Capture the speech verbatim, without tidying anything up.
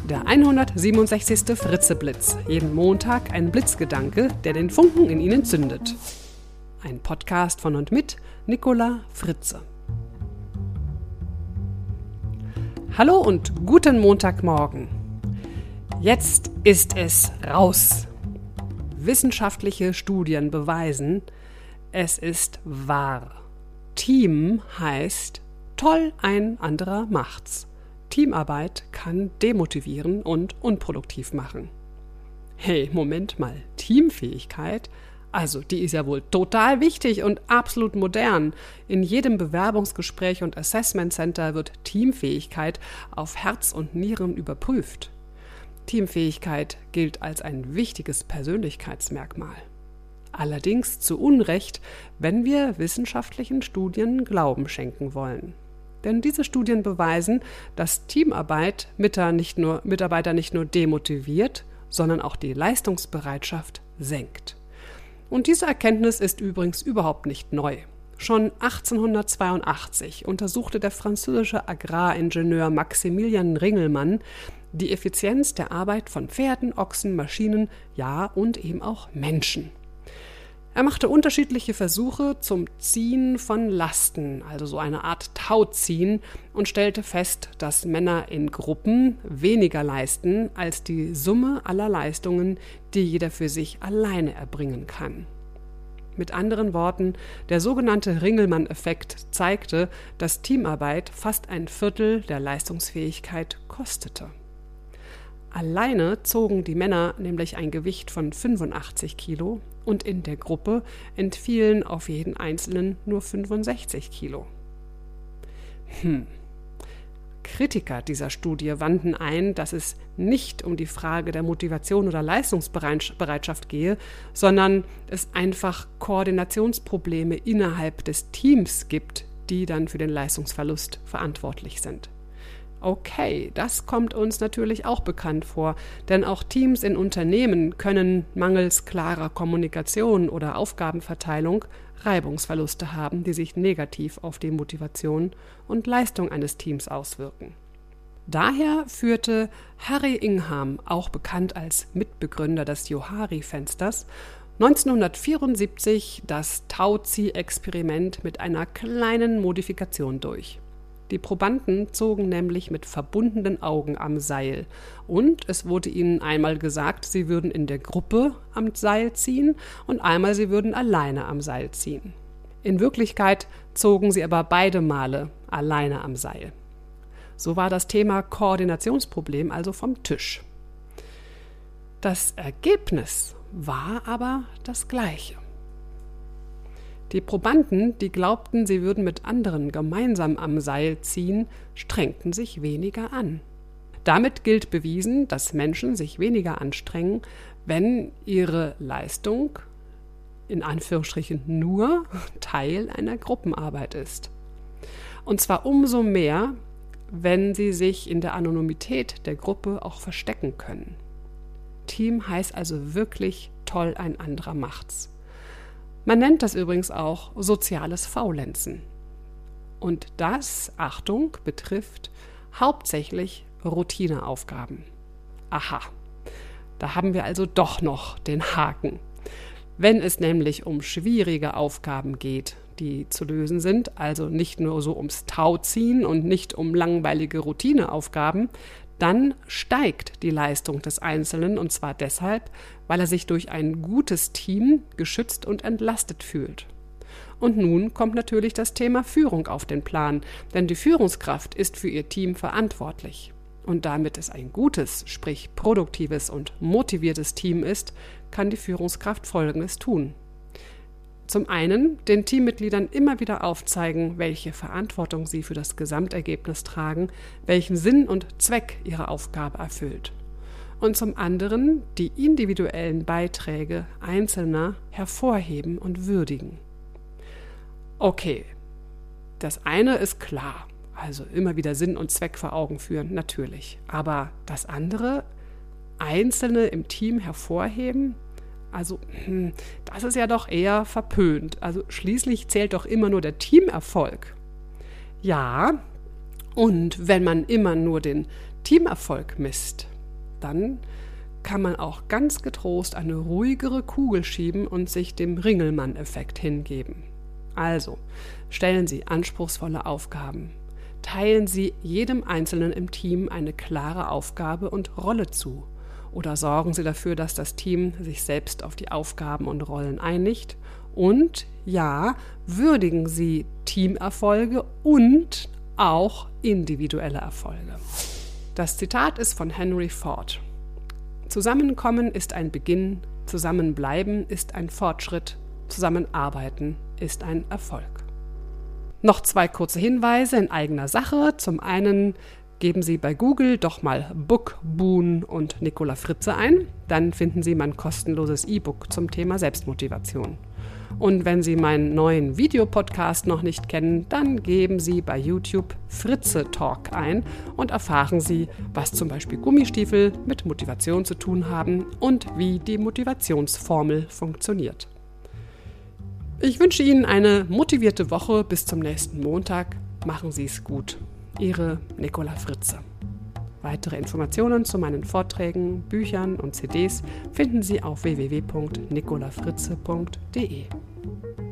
Der hundertsiebenundsechzigste Fritze-Blitz. Jeden Montag ein Blitzgedanke, der den Funken in Ihnen zündet. Ein Podcast von und mit Nicola Fritze. Hallo und guten Montagmorgen. Jetzt ist es raus. Wissenschaftliche Studien beweisen, es ist wahr. Team heißt, toll, ein anderer macht's. Teamarbeit kann demotivieren und unproduktiv machen. Hey, Moment mal, Teamfähigkeit? Also, die ist ja wohl total wichtig und absolut modern. In jedem Bewerbungsgespräch und Assessment Center wird Teamfähigkeit auf Herz und Nieren überprüft. Teamfähigkeit gilt als ein wichtiges Persönlichkeitsmerkmal. Allerdings zu Unrecht, wenn wir wissenschaftlichen Studien Glauben schenken wollen. Denn diese Studien beweisen, dass Teamarbeit nicht nur, Mitarbeiter nicht nur demotiviert, sondern auch die Leistungsbereitschaft senkt. Und diese Erkenntnis ist übrigens überhaupt nicht neu. Schon achtzehnhundertzweiundachtzig untersuchte der französische Agraringenieur Maximilien Ringelmann die Effizienz der Arbeit von Pferden, Ochsen, Maschinen, ja und eben auch Menschen. Er machte unterschiedliche Versuche zum Ziehen von Lasten, also so eine Art Tauziehen, und stellte fest, dass Männer in Gruppen weniger leisten als die Summe aller Leistungen, die jeder für sich alleine erbringen kann. Mit anderen Worten, der sogenannte Ringelmann-Effekt zeigte, dass Teamarbeit fast ein Viertel der Leistungsfähigkeit kostete. Alleine zogen die Männer nämlich ein Gewicht von fünfundachtzig Kilo und in der Gruppe entfielen auf jeden Einzelnen nur fünfundsechzig Kilo. Hm. Kritiker dieser Studie wandten ein, dass es nicht um die Frage der Motivation oder Leistungsbereitschaft gehe, sondern es einfach Koordinationsprobleme innerhalb des Teams gibt, die dann für den Leistungsverlust verantwortlich sind. Okay, das kommt uns natürlich auch bekannt vor, denn auch Teams in Unternehmen können mangels klarer Kommunikation oder Aufgabenverteilung Reibungsverluste haben, die sich negativ auf die Motivation und Leistung eines Teams auswirken. Daher führte Harry Ingham, auch bekannt als Mitbegründer des Johari-Fensters, neunzehnhundertvierundsiebzig das Tauzieh-Experiment mit einer kleinen Modifikation durch. Die Probanden zogen nämlich mit verbundenen Augen am Seil und es wurde ihnen einmal gesagt, sie würden in der Gruppe am Seil ziehen und einmal sie würden alleine am Seil ziehen. In Wirklichkeit zogen sie aber beide Male alleine am Seil. So war das Thema Koordinationsproblem also vom Tisch. Das Ergebnis war aber das gleiche. Die Probanden, die glaubten, sie würden mit anderen gemeinsam am Seil ziehen, strengten sich weniger an. Damit gilt bewiesen, dass Menschen sich weniger anstrengen, wenn ihre Leistung in Anführungsstrichen nur Teil einer Gruppenarbeit ist. Und zwar umso mehr, wenn sie sich in der Anonymität der Gruppe auch verstecken können. Team heißt also wirklich toll, ein anderer macht's. Man nennt das übrigens auch soziales Faulenzen. Und das, Achtung, betrifft hauptsächlich Routineaufgaben. Aha, da haben wir also doch noch den Haken. Wenn es nämlich um schwierige Aufgaben geht, die zu lösen sind, also nicht nur so ums Tauziehen und nicht um langweilige Routineaufgaben, dann steigt die Leistung des Einzelnen, und zwar deshalb, weil er sich durch ein gutes Team geschützt und entlastet fühlt. Und nun kommt natürlich das Thema Führung auf den Plan, denn die Führungskraft ist für ihr Team verantwortlich. Und damit es ein gutes, sprich produktives und motiviertes Team ist, kann die Führungskraft Folgendes tun. Zum einen den Teammitgliedern immer wieder aufzeigen, welche Verantwortung sie für das Gesamtergebnis tragen, welchen Sinn und Zweck ihre Aufgabe erfüllt. Und zum anderen die individuellen Beiträge Einzelner hervorheben und würdigen. Okay, das eine ist klar, also immer wieder Sinn und Zweck vor Augen führen, natürlich. Aber das andere, Einzelne im Team hervorheben, also das ist ja doch eher verpönt. Also schließlich zählt doch immer nur der Teamerfolg. Ja, und wenn man immer nur den Teamerfolg misst, dann kann man auch ganz getrost eine ruhigere Kugel schieben und sich dem Ringelmann-Effekt hingeben. Also, stellen Sie anspruchsvolle Aufgaben. Teilen Sie jedem Einzelnen im Team eine klare Aufgabe und Rolle zu. Oder sorgen Sie dafür, dass das Team sich selbst auf die Aufgaben und Rollen einigt. Und ja, würdigen Sie Teamerfolge und auch individuelle Erfolge. Das Zitat ist von Henry Ford. Zusammenkommen ist ein Beginn, Zusammenbleiben ist ein Fortschritt, Zusammenarbeiten ist ein Erfolg. Noch zwei kurze Hinweise in eigener Sache. Zum einen geben Sie bei Google doch mal Book, Boon und Nicola Fritze ein. Dann finden Sie mein kostenloses E-Book zum Thema Selbstmotivation. Und wenn Sie meinen neuen Videopodcast noch nicht kennen, dann geben Sie bei YouTube Fritze Talk ein und erfahren Sie, was zum Beispiel Gummistiefel mit Motivation zu tun haben und wie die Motivationsformel funktioniert. Ich wünsche Ihnen eine motivierte Woche. Bis zum nächsten Montag. Machen Sie es gut. Ihre Nicola Fritze. Weitere Informationen zu meinen Vorträgen, Büchern und C Ds finden Sie auf w w w punkt nicola fritze punkt d e.